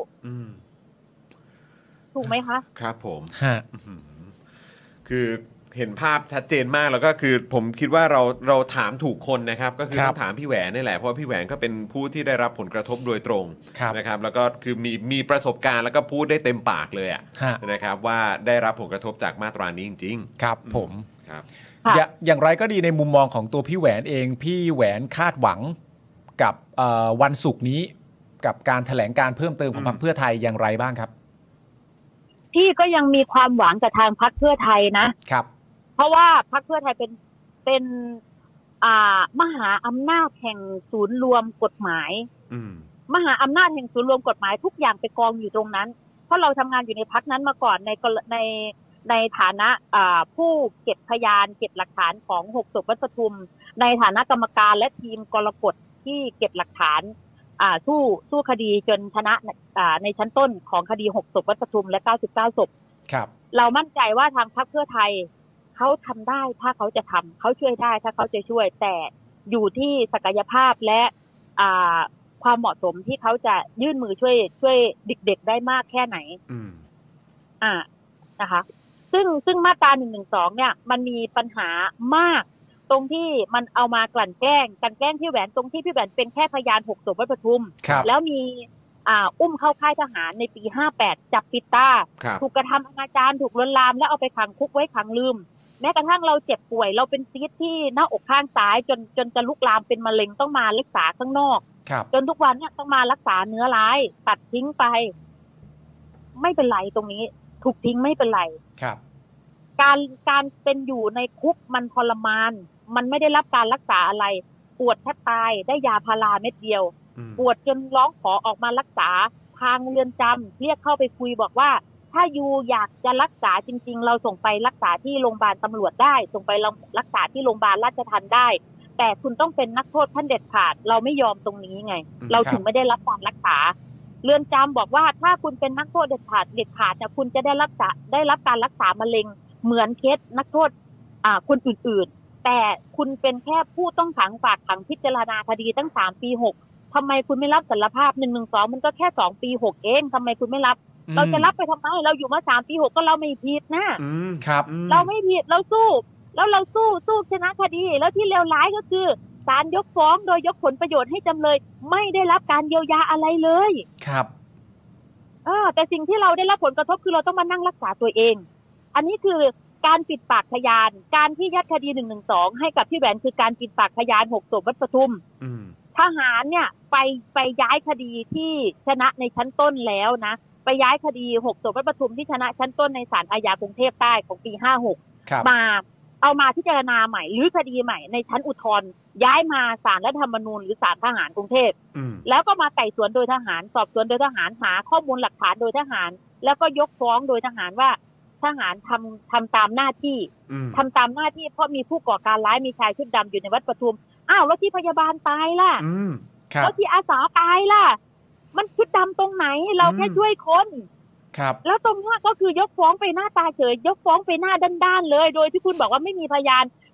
ถูกไหมคะครับผมฮะคือเห็นภาพชัดเจนมากแล้วก็คือผมคิดว่าเราเราถามถูกคนนะครับก็คือต้องถามพี่แหวนนี่แหละเพราะพี่แหวนก็เป็นผู้ที่ได้รับผลกระทบโดยตรงนะครับแล้วก็คือมีมีประสบการณ์แล้วก็พูดได้เต็มปากเลยอ่ะนะครับว่าได้รับผลกระทบจากมาตรานี้จริงๆครับผมครับอย่างไรก็ดีในมุมมองของตัวพี่แหวนเองพี่แหวนคาดหวังกับวันศุกร์นี้กับการแถลงการเพิ่มเติมของพรรคเพื่อไทยอย่างไรบ้างครับพี่ก็ยังมีความหวังกับทางพรรคเพื่อไทยนะครับเพราะว่าพรรคเพื่อไทยเป็นเป็นอ่ามหาอำนาจแห่งศูนย์รวมกฎหมายมหาอำนาจแห่งศูนย์รวมกฎหมายทุกอย่างไปกองอยู่ตรงนั้นเพราะเราทำงานอยู่ในพรรคนั้นมาก่อนในในในฐานะอ่าผู้เก็บพยานเก็บหลักฐานของหกศพวัดปทุมในฐานะกรรมการและทีมกรกฎที่เก็บหลักฐานอ่าสู้สู้คดีจนชนะอ่าในชั้นต้นของคดีหกศพวัดปทุมและเก้าสิบเก้าศพครับเรามั่นใจว่าทางพรรคเพื่อไทยเขาทำได้ถ้าเขาจะทำเขาช่วยได้ถ้าเขาจะช่วยแต่อยู่ที่ศักยภาพและอ่าความเหมาะสมที่เขาจะยื่นมือช่วยช่วยเด็กๆได้มากแค่ไหนอืมอ่านะคะซึ่งซึ่งมาตราหนึ่งหนึ่งสองเนี่ยมันมีปัญหามากตรงที่มันเอามากลั่นแกล้งกลั่นแกล้งพี่แหวนตรงที่พี่แหวนเป็นแค่พยานหกศพวัดปทุมแล้วมีอ่าอุ้มเข้าค่ายทหารในปีห้าแปดจับปิดตาถูกกระทำอนาจารถูกลวนลามแล้วเอาไปขังคุกไว้ขังลืมแม้กระทั่งเราเจ็บป่วยเราเป็นซีสที่หน้าอกข้างซ้ายจนจนจะลุกลามเป็นมะเร็งต้องมารักษาข้างนอกจนทุกวันเนี่ยต้องมารักษาเนื้อร้ายตัดทิ้งไปไม่เป็นไรตรงนี้ถูกทิ้งไม่เป็นไรครับการการเป็นอยู่ในคุกมันทรมานมันไม่ได้รับการรักษาอะไรปวดแทบตายได้ยาพาราเม็ดเดียวปวดจนร้องขอออกมารักษาทางเรือนจำเรียกเข้าไปคุยบอกว่าถ้ายูอยากจะรักษาจริงๆเราส่งไปรักษาที่โรงพยาบาลตำรวจได้ส่งไปรักษาที่โรงพยาบาลราชทัณฑ์ได้แต่คุณต้องเป็นนักโทษขั้นเด็ดขาดเราไม่ยอมตรงนี้ไงเราถึงไม่ได้รับการรักษาเรือนจำบอกว่าถ้าคุณเป็นนักโทษเด็ดขาดเด็ดขาดเนี่ยคุณจะได้รักษาได้รับการรักษามะเร็งเหมือนเคสนักโทษอ่าคนอื่นๆแต่คุณเป็นแค่ผู้ต้องขังฝากขังพิจารณาคดีตั้งสามปีหกทำไมคุณไม่รับสารภาพหนึ่งหนึ่งสองมันก็แค่สองปีหกเองทำไมคุณไม่รับเราจะรับไปทำไมเราอยู่มาสามปีหกก็เราไม่ผิดนะครับเราไม่ผิดเราสู้แล้วเราสู้สู้ชนะคดีแล้วที่เลวร้ายก็คือศาลยกฟ้องโดยยกผลประโยชน์ให้จำเลยไม่ได้รับการเยียวยาอะไรเลยครับเออแต่สิ่งที่เราได้รับผลกระทบคือเราต้องมานั่งรักษาตัวเองอันนี้คือการปิดปากพยานการที่ยัดคดีหนึ่งหนึ่งสองให้กับพี่แหวนคือการปิดปากพยานหกศพวัดปทุมทหารเนี่ยไปไปย้ายคดีที่ชนะในชั้นต้นแล้วนะไปย้ายคดีหกศพวัดปทุมที่ชนะชั้นต้นในศาลอาญากรุงเทพใต้ของปีห้าหกมาเอามาพิจารณาใหม่หรือคดีใหม่ในชั้นอุทธรณ์ย้ายมาศาลรัฐธรรมนูญหรือศาลทหารกรุงเทพแล้วก็มาไต่สวนโดยทหารสอบสวนโดยทหารหาข้อมูลหลักฐานโดยทหารแล้วก็ยกฟ้องโดยทหารว่าทหารทำทำตามหน้าที่ทำตามหน้าที่เพราะมีผู้ก่อการร้ายมีชายชุดดำอยู่ในวัดปทุมอ้าวแล้วที่พยาบาลตายล่ะแล้วที่อาสาตายล่ะมันชุดดำตรงไหนเราแค่ช่วยคนครับแล้วตรงนี้ก็คือยกฟ้องไปหน้าตาเฉยยกฟ้องไปหน้าด้านๆเลยโดยที่คุณบอกว่าไม่มีพยาน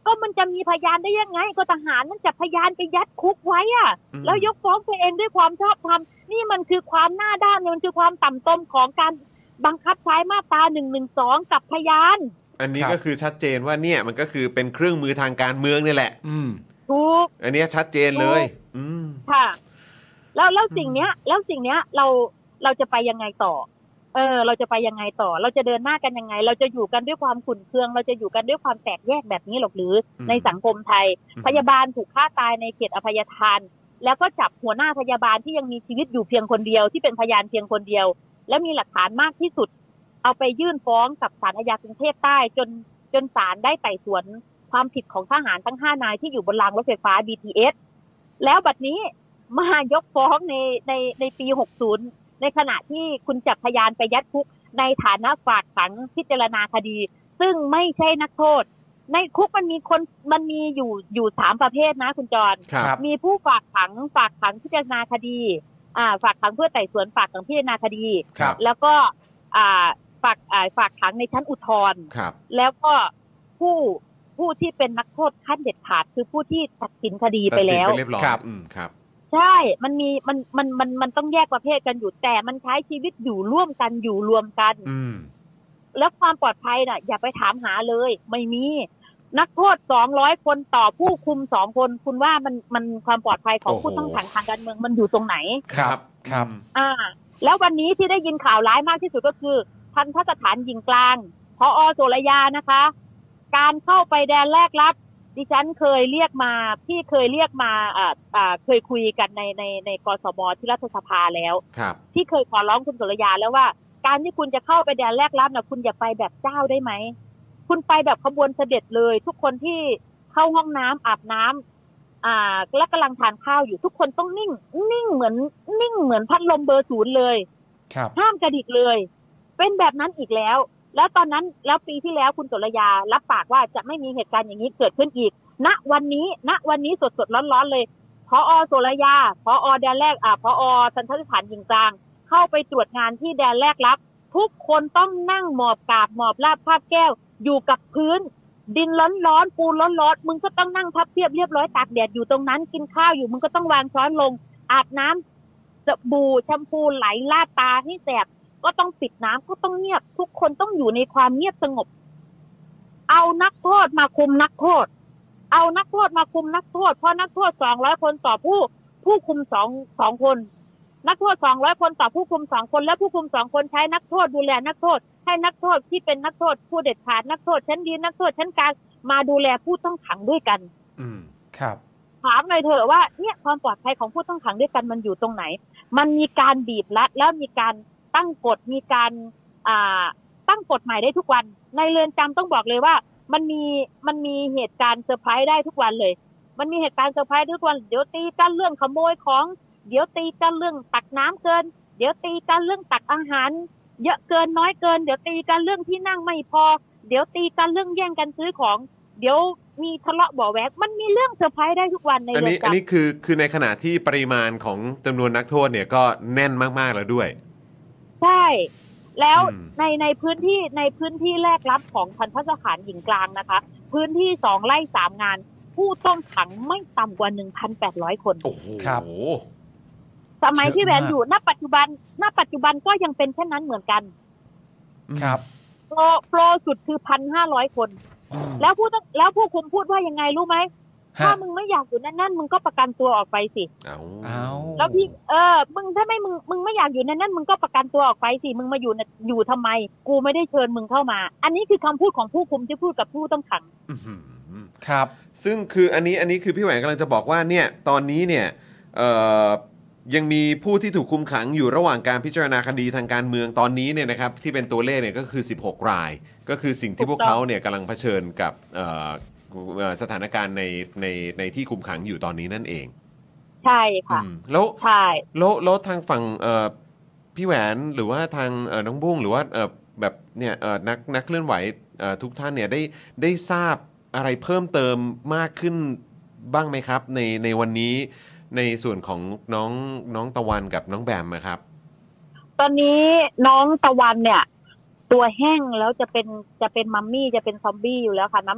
ก็มันจะมีพยานได้ยังไงก็ทหารมันจับพยานไปยัดคุกไว้อ่ะแล้วยกฟ้องตัวเองด้วยความชอบธรรมนี่มันคือความหน้าด้านมันคือความต่ำต้มของการบังคับใช้มาตราหนึ่งหนึ่งสองกับพยานอันนี้ก็คือชัดเจนว่าเนี่ยมันก็คือเป็นเครื่องมือทางการเมืองนี่แหละอืมถูกอันนี้ชัดเจนเลยอืมค่ะแล้วแล้วสิ่งเนี้ยแล้วสิ่งเนี้ยเราเราจะไปยังไงต่อเออเราจะไปยังไงต่อเราจะเดินหน้ากันยังไงเราจะอยู่กันด้วยความขุ่นเคืองเราจะอยู่กันด้วยความแตกแยกแบบนี้หรอกหรือในสังคมไทยพยาบาลถูกฆ่าตายในเขตอภัยทานแล้วก็จับหัวหน้าพยาบาลที่ยังมีชีวิตอยู่เพียงคนเดียวที่เป็นพยานเพียงคนเดียวและมีหลักฐานมากที่สุดเอาไปยื่นฟ้องกับศาลอาญากรุงเทพใต้จนจนศาลได้ไต่สวนความผิดของทหารทั้งห้านายที่อยู่บนรางรถไฟฟ้า บี ที เอส แล้วบัดนี้มายกฟ้องในในในปีหกสิบในขณะที่คุณจับพยานไปยัดคุกในฐานะฝากขังพิจารณาคดีซึ่งไม่ใช่นักโทษในคุกมันมีคนมันมีอยู่อยู่สามประเภทนะคุณจรมีผู้ฝากขังฝากขังพิจารณาคดีอ่าฝากขังเพื่อไต่สวนฝากขังพิจารณาคดีแล้วก็อ่าฝากอ่าฝากขังในชั้นอุทธรณ์แล้วก็ผู้ผู้ที่เป็นนักโทษขั้นเด็ดขาดคือผู้ที่ตัดสินคดีไปแล้วครับอืมครับใช่มันมีมันมันมันมันต้องแยกประเภทกันอยู่แต่มันใช้ชีวิตอยู่ร่วมกันอยู่รวมกันแล้วความปลอดภัยน่ะอย่าไปถามหาเลยไม่มีนักโทษสองร้อยคนต่อผู้คุมสองคนคุณว่ามันมันความปลอดภัยของผู้ต้องขังทางการเมืองมันอยู่ตรงไหนครับครับอ่าแล้ววันนี้ที่ได้ยินข่าวร้ายมากที่สุดก็คือทันทสถานหญิงกลางผอ.โสระยานะคะการเข้าไปแดนแรกรับดิฉันเคยเรียกมาพี่เคยเรียกมาอ่าอ่าเคยคุยกันในในในกสมที่รัฐสภาแล้วที่เคยขอร้องคุณโสระยาแล้วว่าการที่คุณจะเข้าไปแดนแรกรับนะคุณอย่าไปแบบเจ้าได้ไหมคุณไปแบบขบวนเสด็จเลยทุกคนที่เข้าห้องน้ำอาบน้ำอ่าและกำลังทานข้าวอยู่ทุกคนต้องนิ่งนิ่งเหมือนนิ่งเหมือนพัดลมเบอร์ศูนย์เลยห้ามกระดิกเลยเป็นแบบนั้นอีกแล้วแล้วตอนนั้นแล้วปีที่แล้วคุณโสระยารับปากว่าจะไม่มีเหตุการณ์อย่างนี้เกิดขึ้นอีกณวันนี้ณวันนี้สดๆร้อนๆเลยผอ.โสระยาผอ.แดนแรกอ่าผอ.ทันทสถานหญิงกลางเข้าไปตรวจงานที่แดนแรกรับทุกคนต้องนั่งหมอบกราบหมอบราบคาบแก้วอยู่กับพื้นดินร้อนๆปูนร้อนๆมึงก็ต้องนั่งพับเพียบเรียบร้อยตากแดดอยู่ตรงนั้นกินข้าวอยู่มึงก็ต้องวางช้อนลงอาบน้ำสบู่แชมพูไหลลาดตาให้แสบก็ต้องปิดน้ำก็ต้องเงียบทุกคนต้องอยู่ในความเงียบสงบเอานักโทษมาคุมนักโทษเอานักโทษมาคุมนักโทษเพราะนักโทษสองร้อยคนต่อผู้ผู้คุมสองสองคนนักโทษสองร้อยคนต่อผู้คุมสองคนและผู้คุมสองคนใช้นักโทษดูแลนักโทษให้นักโทษที่เป็นนักโทษผู้เด็ดขาดนักโทษชั้นดีนักโทษชั้นกลางมาดูแลผู้ต้องขังด้วยกันอืมครับถามหน่อยเถอะว่าเนี่ยความปลอดภัยของผู้ต้องขังด้วยกันมันอยู่ตรงไหนมันมีการบีบรัดแล้วมีการตั้งกฎมีการอ่าตั้งกฎใหม่ได้ทุกวันในเรือนจำต้องบอกเลยว่ามันมีมันมีเหตุการณ์เซอร์ไพรส์ได้ทุกวันเลยมันมีเหตุการณ์เซอร์ไพรส์ทุกวันเดี๋ยวตีกันเรื่องขโมยของเดี๋ยวตีกันเรื่องตักน้ำเกินเดี๋ยวตีกันเรื่องตักอาหารเยอะเกินน้อยเกินเดี๋ยวตีกันเรื่องที่นั่งไม่พอเดี๋ยวตีกันเรื่องแย่งกันซื้อของเดี๋ยวมีทะเลาะเบาะแว้งมันมีเรื่องเซอร์ไพรส์ได้ทุกวันในเรือนจำอันนี้อันนี้คือคือในขณะที่ปริมาณของจำนวนนักโทษเนี่ยก็แน่นมากๆแล้วด้วยใช่แล้วในในพื้นที่ในพื้นที่แรกรับของทันทสถานหญิงกลางนะคะพื้นที่สองไร่สามงานผู้ต้องขังไม่ต่ำกว่า หนึ่งพันแปดร้อย คนโอ้โหครับสมัยที่แหวนอยู่ณปัจจุบันณปัจจุบันก็ยังเป็นเช่นนั้นเหมือนกันครับโปรโปรสุดคือ หนึ่งพันห้าร้อย คนแล้วผู้ต้องแล้วผู้คุมพูดว่ายังไงรู้ไหมถ้ามึงไม่อยากอยู่นั่นๆมึงก็ประกันตัวออกไปสิเอาแล้วพี่เออมึงถ้าไม่มึงมึงไม่อยากอยู่นั่นๆมึงก็ประกันตัวออกไปสิมึงมาอยู่อยู่ทำไมกูไม่ได้เชิญมึงเข้ามาอันนี้คือคำพูดของผู้คุมที่พูดกับผู้ต้องขังครับซึ่งคืออันนี้อันนี้คือพี่แหวนกำลังจะบอกว่าเนี่ยตอนนี้เนี่ยเอ่อยังมีผู้ที่ถูกคุมขังอยู่ระหว่างการพิจารณาคดีทางการเมืองตอนนี้เนี่ยนะครับที่เป็นตัวเลขเนี่ยก็คือสิบหกรายก็คือสิ่งที่พวกเขาเนี่ยกำลังเผชิญกับเอ่อสถานการณ์ในในในที่คุมขังอยู่ตอนนี้นั่นเองใช่ค่ะแล้วใช่แล้วแล้วทางฝั่งเอ่อพี่แหวนหรือว่าทางเอ่อน้องบุ้งหรือว่าเอ่อแบบเนี่ยเอ่อนักนักเคลื่อนไหวเอ่อทุกท่านเนี่ยได้ได้ทราบอะไรเพิ่มเติมมากขึ้นบ้างไหมครับในในวันนี้ในส่วนของน้องน้องตะวันกับน้องแบมครับตอนนี้น้องตะวันเนี่ยตัวแห้งแล้วจะเป็นจะเป็นมัมมี่จะเป็นซอมบี้อยู่แล้วค่ะน้ำหนัก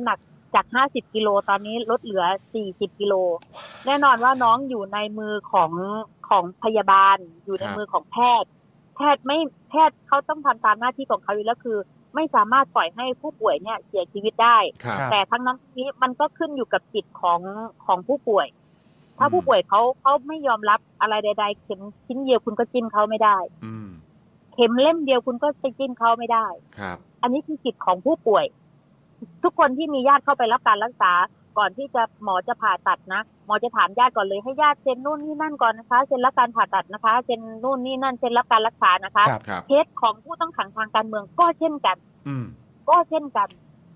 จากห้าสิบกิโลตอนนี้ลดเหลือสี่สิบกิโลแน่นอนว่าน้องอยู่ในมือของของพยาบาลอยู่ในมือของแพทย์แพทย์ไม่แพทย์เขาต้องทำตามหน้าที่ของเขาอยู่แล้วคือไม่สามารถปล่อยให้ผู้ป่วยเนี่ยเสียชีวิตได้แต่ทั้งนั้นนี้มันก็ขึ้นอยู่กับจิตของของผู้ป่วยถ้าผู้ป่วยเขาเขาไม่ยอมรับอะไรใดๆเข็มชิ้นเดียวคุณก็จิ้มเขาไม่ได้เข็มเล่มเดียวคุณก็ไปจิ้มเขาไม่ได้ครับอันนี้คือจิตของผู้ป่วยทุกคนที่มีญาติเข้าไปรับการรักษาก่อนที่จะหมอจะผ่าตัดนะหมอจะถามญาติก่อนเลยให้ญาติเซ็นนู่นนี่นั่นก่อนนะคะเซ็นรับการผ่าตัดนะคะเซ็นนู่นนี่นั่นเซ็นรับการรักษานะคะเคสของผู้ต้องขังทางการเมืองก็เช่นกันก็เช่นกัน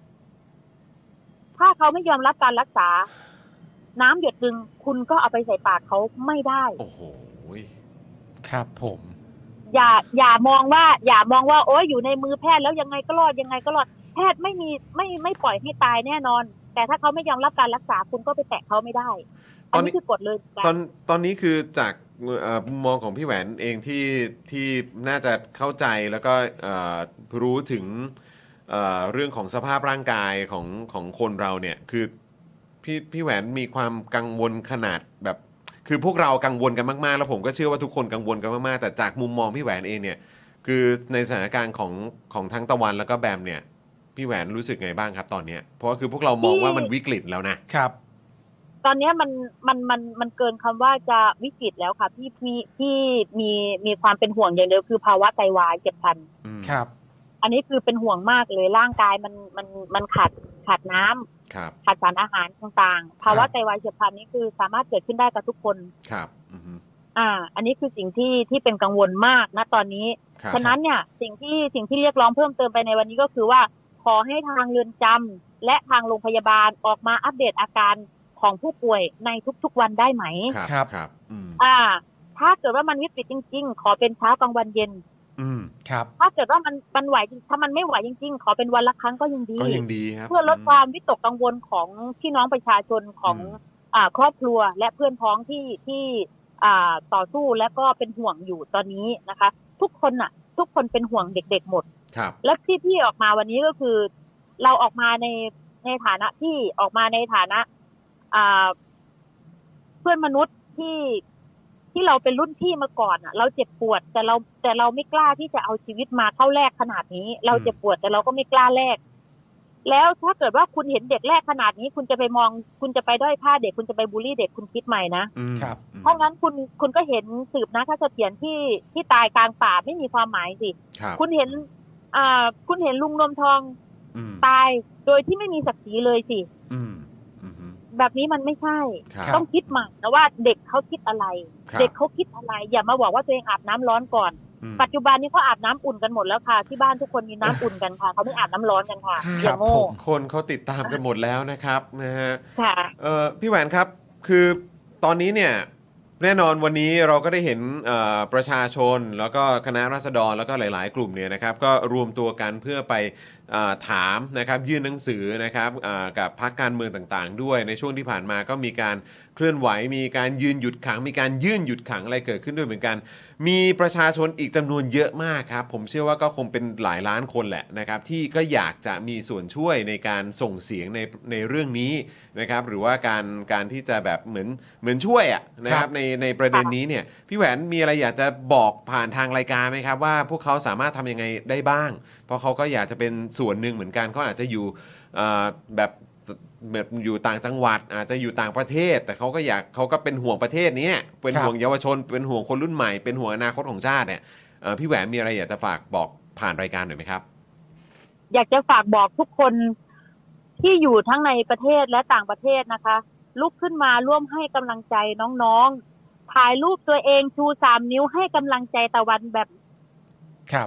ถ้าเขาไม่ยอมรับการรักษาน้ำหยดนึงคุณก็เอาไปใส่ปากเขาไม่ได้โอ้โหครับผมอย่าอย่ามองว่าอย่ามองว่าโอ้ยอยู่ในมือแพทย์แล้วยังไงก็รอดยังไงก็รอดแพทย์ไม่มีไม่ไม่ปล่อยให้ตายแน่นอนแต่ถ้าเขาไม่ยอมรับการรักษาคุณก็ไปแตะเขาไม่ได้อันนี้คือกฎเลยตอนตอนนี้คือจากมุมมองของพี่แหวนเองที่ที่น่าจะเข้าใจแล้วก็รู้ถึงเรื่องของสภาพร่างกายของของคนเราเนี่ยคือพี่พี่แหวนมีความกังวลขนาดแบบคือพวกเรากังวลกันมากๆแล้วผมก็เชื่อว่าทุกคนกังวลกันมากๆแต่จากมุมมองพี่แหวนเองเนี่ยคือในสถานการณ์ของของทั้งตะวันแล้วก็แบมเนี่ยพี่แหวนรู้สึกไงบ้างครับตอนนี้เพราะว่าคือพวกเรามองว่ามันวิกฤตแล้วนะครับตอนนี้มันมันมันมันเกินคำว่าจะวิกฤตแล้วค่ะพี่พี่พี่มีมีความเป็นห่วงอย่างเดียวคือภาวะไตวายเจ็บพลันครับอันนี้คือเป็นห่วงมากเลยร่างกายมันมันมันขาดขาดน้ำขาดสารอาหารต่างๆภาวะไตวายเฉียบพลันนี่คือสามารถเกิดขึ้นได้กับทุกคนครับอ่าอันนี้คือสิ่งที่ที่เป็นกังวลมากนะตอนนี้ฉะนั้นเนี่ยสิ่งที่สิ่งที่เรียกร้องเพิ่มเติมไปในวันนี้ก็คือว่าขอให้ทางเรือนจำและทางโรงพยาบาลออกมาอัปเดตอาการของผู้ป่วยในทุกๆวันได้ไหมครับครับอ่าถ้าเกิดว่ามันวิกฤตจริงๆขอเป็นเช้ากลางวันเย็นอืมครับถ้าเกิดว่ามันมันไหวถ้ามันไม่ไหวจริงๆขอเป็นวันละครั้งก็ยังดีก็ยังดีครับเพื่อลดความวิตกกังวลของพี่น้องประชาชนของอ่าครอบครัวและเพื่อนพ้องที่ที่อ่าต่อสู้และก็เป็นห่วงอยู่ตอนนี้นะคะทุกคนน่ะทุกคนเป็นห่วงเด็กๆหมดครับและที่พี่ออกมาวันนี้ก็คือเราออกมาในในฐานะที่ออกมาในฐานะอ่าเพื่อนมนุษย์ที่ที่เราเป็นรุ่นพี่มาก่อนอ่ะเราเจ็บปวดแต่เราแต่เราไม่กล้าที่จะเอาชีวิตมาเข้าแลกขนาดนี้เราเจ็บปวดแต่เราก็ไม่กล้าแลกแล้วถ้าเกิดว่าคุณเห็นเด็กแลกขนาดนี้คุณจะไปมองคุณจะไปด้อยค่าเด็กคุณจะไปบูลลี่เด็กคุณคิดใหม่นะครับเพราะงั้นคุณคุณก็เห็นสืบนะถ้าเสถียรที่ที่ตายกลางป่าไม่มีความหมายสิคุณเห็นอ่าคุณเห็นลุงนมทองตายโดยที่ไม่มีศักดิ์ศรีเลยสิแบบนี้มันไม่ใช่ต้องคิดใหม่นะว่าเด็กเขาคิดอะไรเด็กเขาคิดอะไรอย่ามาบอกว่าตัวเองอาบน้ำร้อนก่อนปัจจุบันนี้เขาอาบน้ำอุ่นกันหมดแล้วค่ะที่บ้านทุกคนมีน้ำอุ่นกันค่ะเขาไม่อาบน้ำร้อนกันค่ะอย่าโง่คนเขาติดตามกันหมดแล้วนะครับนะฮะเอ่อพี่แหวนครับคือตอนนี้เนี่ยแน่นอนวันนี้เราก็ได้เห็นประชาชนแล้วก็คณะราษฎรแล้วก็หลายๆกลุ่มเนี่ยนะครับก็รวมตัวกันเพื่อไปถามนะครับยื่นหนังสือนะครับกับพรรคการเมืองต่างๆด้วยในช่วงที่ผ่านมาก็มีการเคลื่อนไหวมีการยืนหยุดขังมีการยื่นหยุดขังอะไรเกิดขึ้นด้วยเหมือนกันมีประชาชนอีกจำนวนเยอะมากครับผมเชื่อว่าก็คงเป็นหลายล้านคนแหละนะครับที่ก็อยากจะมีส่วนช่วยในการส่งเสียงในในเรื่องนี้นะครับหรือว่าการการที่จะแบบเหมือนเหมือนช่วยอ่ะนะครับในในประเด็นนี้เนี่ยพี่แหวนมีอะไรอยากจะบอกผ่านทางรายการไหมครับว่าพวกเขาสามารถทำยังไงได้บ้างเพราะเขาก็อยากจะเป็นส่วนหนึ่งเหมือนกันเขาอาจจะอยู่แบบแบบอยู่ต่างจังหวัดอาจจะอยู่ต่างประเทศแต่เขาก็อยากเขาก็เป็นห่วงประเทศนี้เป็นห่วงเยาวชนเป็นห่วงคนรุ่นใหม่เป็นห่วงอนาคตของชาติเนี่ยพี่แหวนมีอะไรอยากจะฝากบอกผ่านรายการหน่อยไหมครับอยากจะฝากบอกทุกคนที่อยู่ทั้งในประเทศและต่างประเทศนะคะลุกขึ้นมาร่วมให้กำลังใจน้องๆถ่ายรูปตัวเองชูสามนิ้วให้กำลังใจตะวันแบบครับ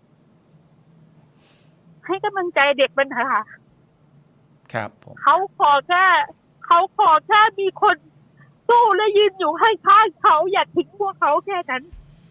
ให้กำลังใจเด็กมันค่ะครับผมเขาขอแค่เขาขอแค่มีคนสู้และยืนอยู่ให้ข้างเขาอย่าทิ้งพวกเขาแค่นั้น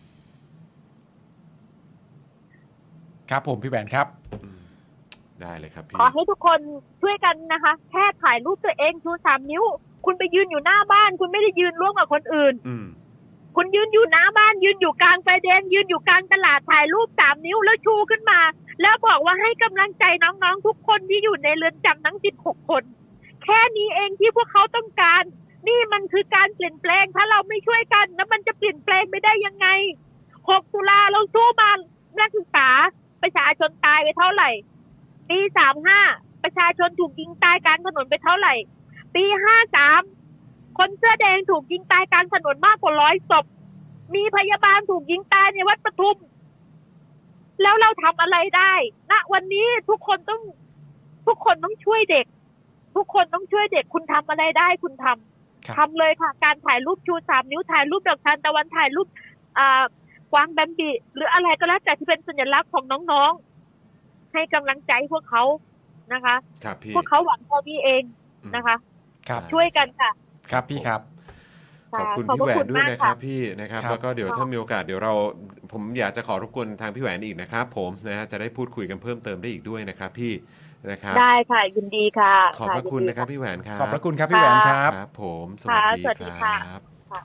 ครับผมพี่แหวนครับได้เลยครับพี่ขอให้ทุกคนช่วยกันนะคะแค่ถ่ายรูปตัวเองชูสามนิ้วคุณไปยืนอยู่หน้าบ้านคุณไม่ได้ยืนร่วมกับคนอื่นคุณยืนอยู่หน้าบ้านยืนอยู่กลางไฟแดงยืนอยู่กลางตลาดถ่ายรูปสามนิ้วแล้วชูขึ้นมาแล้วบอกว่าให้กำลังใจน้องๆทุกคนที่อยู่ในเรือนจำทั้งสิบหกคนแค่นี้เองที่พวกเขาต้องการนี่มันคือการเปลี่ยนแปลงถ้าเราไม่ช่วยกันแล้วมันจะเปลี่ยนแปลงไปได้ยังไงหกตุลาเราสู้มานักศึกษาประชาชนตายไปเท่าไหร่ปีสามห้าประชาชนถูกยิงตายกลางถนนไปเท่าไหร่ปีห้าสามคนเสื้อแดงถูกยิงตายกลางถนนมากกว่าร้อยศพมีพยาบาลถูกยิงตายในวัดปทุมแล้วเราทำอะไรได้ณวันนี้ทุกคนต้องทุกคนต้องช่วยเด็กทุกคนต้องช่วยเด็กคุณทำอะไรได้คุณทำทำเลยค่ะการถ่ายรูปชูสามนิ้วถ่ายรูปดอกทานตะวันถ่ายรูปอ่ากวางแบมบีหรืออะไรก็แล้วแต่ที่เป็นสัญลักษณ์ของน้องๆให้กำลังใจพวกเขานะคะพวกเขาหวังพอพี่เองนะคะช่วยกันค่ะครับพี่ครับขอบคุณพี่แหวนด้วยนะครับพี่นะครับแล้วก็เดี๋ยวถ้ามีโอกาสเดี๋ยวเราผมอยากจะขอรบกวนทางพี่แหวนอีกนะครับผมนะฮะจะได้พูดคุยกันเพิ่มเติมได้อีกด้วยนะครับพี่นะครับได้ค่ะยินดีค่ะขอบพระคุณนะครับพี่แหวนครับขอบพระคุณครับพี่แหวนครับครับผมสวัสดีครับ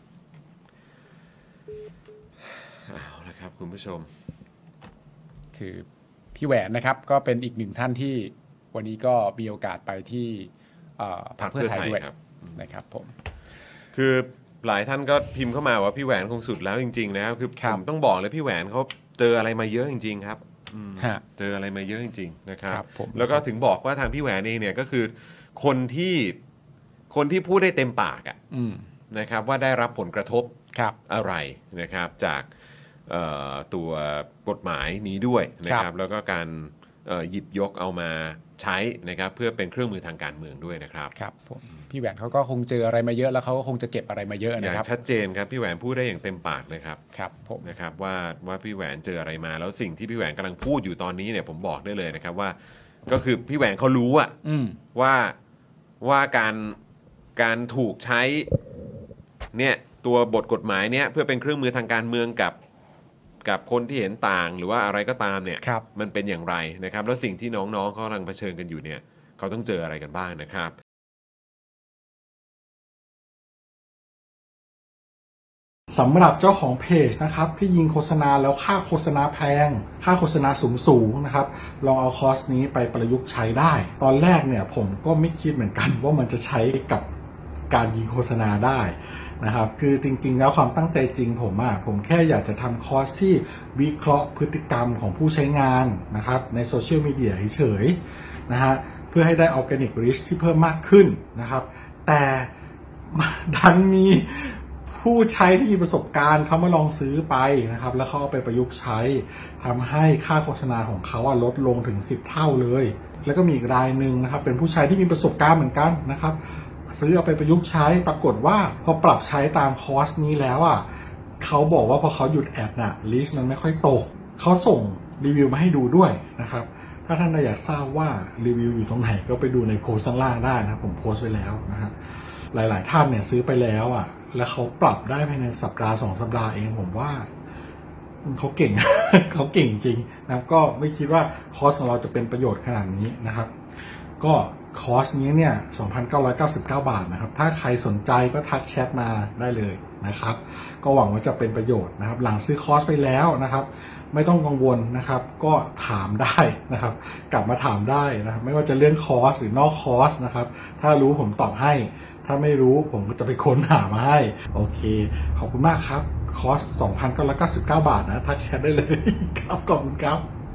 เอาละครับคุณผู้ชมคือพี่แหวนนะครับก็เป็นอีกหนึ่งท่านที่วันนี้ก็มีโอกาสไปที่พรรคเพื่อไทยด้วยนะครับผมคือหลายท่านก็พิมพ์เข้ามาว่าพี่แหวนคงสุดแล้วจริงๆนะครับคือผมต้องบอกเลยพี่แหวนเขาเจออะไรมาเยอะจริงๆครับเจออะไรมาเยอะจริงๆนะครับแล้วก็ถึงบอกว่าทางพี่แหวนเองเนี่ยก็คือคนที่คนที่พูดได้เต็มปากอะนะครับว่าได้รับผลกระทบอะไรนะครับจากตัวกฎหมายนี้ด้วยนะครับแล้วก็การหยิบยกเอามาใช้นะครับเพื่อเป็นเครื่องมือทางการเมืองด้วยนะครับครับผมพี่แหวนเขาก็คงเจออะไรมาเยอะแล้วเขาก็คงจะเก็บอะไรมาเยอะนะครับอย่างชัดเจนครับพี่แหวนพูดได้อย่างเต็มปากเลยครับครับผมนะครับว่าว่าพี่แหวนเจออะไรมาแล้วสิ่งที่พี่แหวนกำลังพูดอยู่ตอนนี้เนี่ยผมบอกได้เลยนะครับว่าก็คือพี่แหวนเขารู้อะว่าว่าการการถูกใช้เนี่ยตัวบทกฎหมายเนี่ยเพื่อเป็นเครื่องมือทางการเมืองกับกับคนที่เห็นต่างหรือว่าอะไรก็ตามเนี่ยมันเป็นอย่างไรนะครับแล้วสิ่งที่น้องๆเขากำลังเผชิญกันอยู่เนี่ยเขาต้องเจออะไรกันบ้างนะครับสำหรับเจ้าของเพจนะครับที่ยิงโฆษณาแล้วค่าโฆษณาแพงค่าโฆษณาสูงสูงนะครับลองเอาคอร์สนี้ไปประยุกต์ใช้ได้ตอนแรกเนี่ยผมก็ไม่คิดเหมือนกันว่ามันจะใช้กับการยิงโฆษณาได้นะครับคือจริงๆแล้วความตั้งใจจริงผมอะผมแค่อยากจะทำคอร์สที่วิเคราะห์พฤติกรรมของผู้ใช้งานนะครับในโซเชียลมีเดียเฉยๆนะฮะเพื่อให้ได้ออร์แกนิกริชที่เพิ่มมากขึ้นนะครับแต่ดันมีผู้ใช้ที่มีประสบการณ์เขามาลองซื้อไปนะครับแล้วเขาเอาไปประยุกต์ใช้ทำให้ค่าโฆษณาของเขาลดลงถึงสิบเท่าเลยแล้วก็มีอีกรายหนึ่งนะครับเป็นผู้ใช้ที่มีประสบการณ์เหมือนกันนะครับซื้อเอาไปประยุกต์ใช้ปรากฏว่าพอปรับใช้ตามคอร์สนี้แล้วอ่ะเขาบอกว่าพอเขาหยุดแอดน่ะลิสต์มันไม่ค่อยตกเขาส่งรีวิวมาให้ดูด้วยนะครับถ้าท่านอยากทราบว่ารีวิวอยู่ตรงไหนก็ไปดูในโพสต์ข้างล่างได้นะครับผมโพสต์ไว้แล้วนะฮะหลายๆท่านเนี่ยซื้อไปแล้วอ่ะแล้วเขาปรับได้ภายในสัปดาห์สองสัปดาห์เองผมว่าเขาเก่ง เขาเก่งจริงนะก็ไม่คิดว่าคอร์สของเราจะเป็นประโยชน์ขนาดนี้นะครับก็คอร์สนี้เนี่ย สองพันเก้าร้อยเก้าสิบเก้า บาทนะครับถ้าใครสนใจก็ทักแชทมาได้เลยนะครับก็หวังว่าจะเป็นประโยชน์นะครับหลังซื้อคอร์สไปแล้วนะครับไม่ต้องกังวลนะครับก็ถามได้นะครับกลับมาถามได้นะครับไม่ว่าจะเรื่องคอร์สหรือนอกคอร์สนะครับถ้ารู้ผมตอบให้ถ้าไม่รู้ผมก็จะไปค้นหามาให้โอเคขอบคุณมากครับคอร์ส สองพันเก้าร้อยเก้าสิบเก้า บาทนะทักแชทได้เลยครับขอบคุณครับ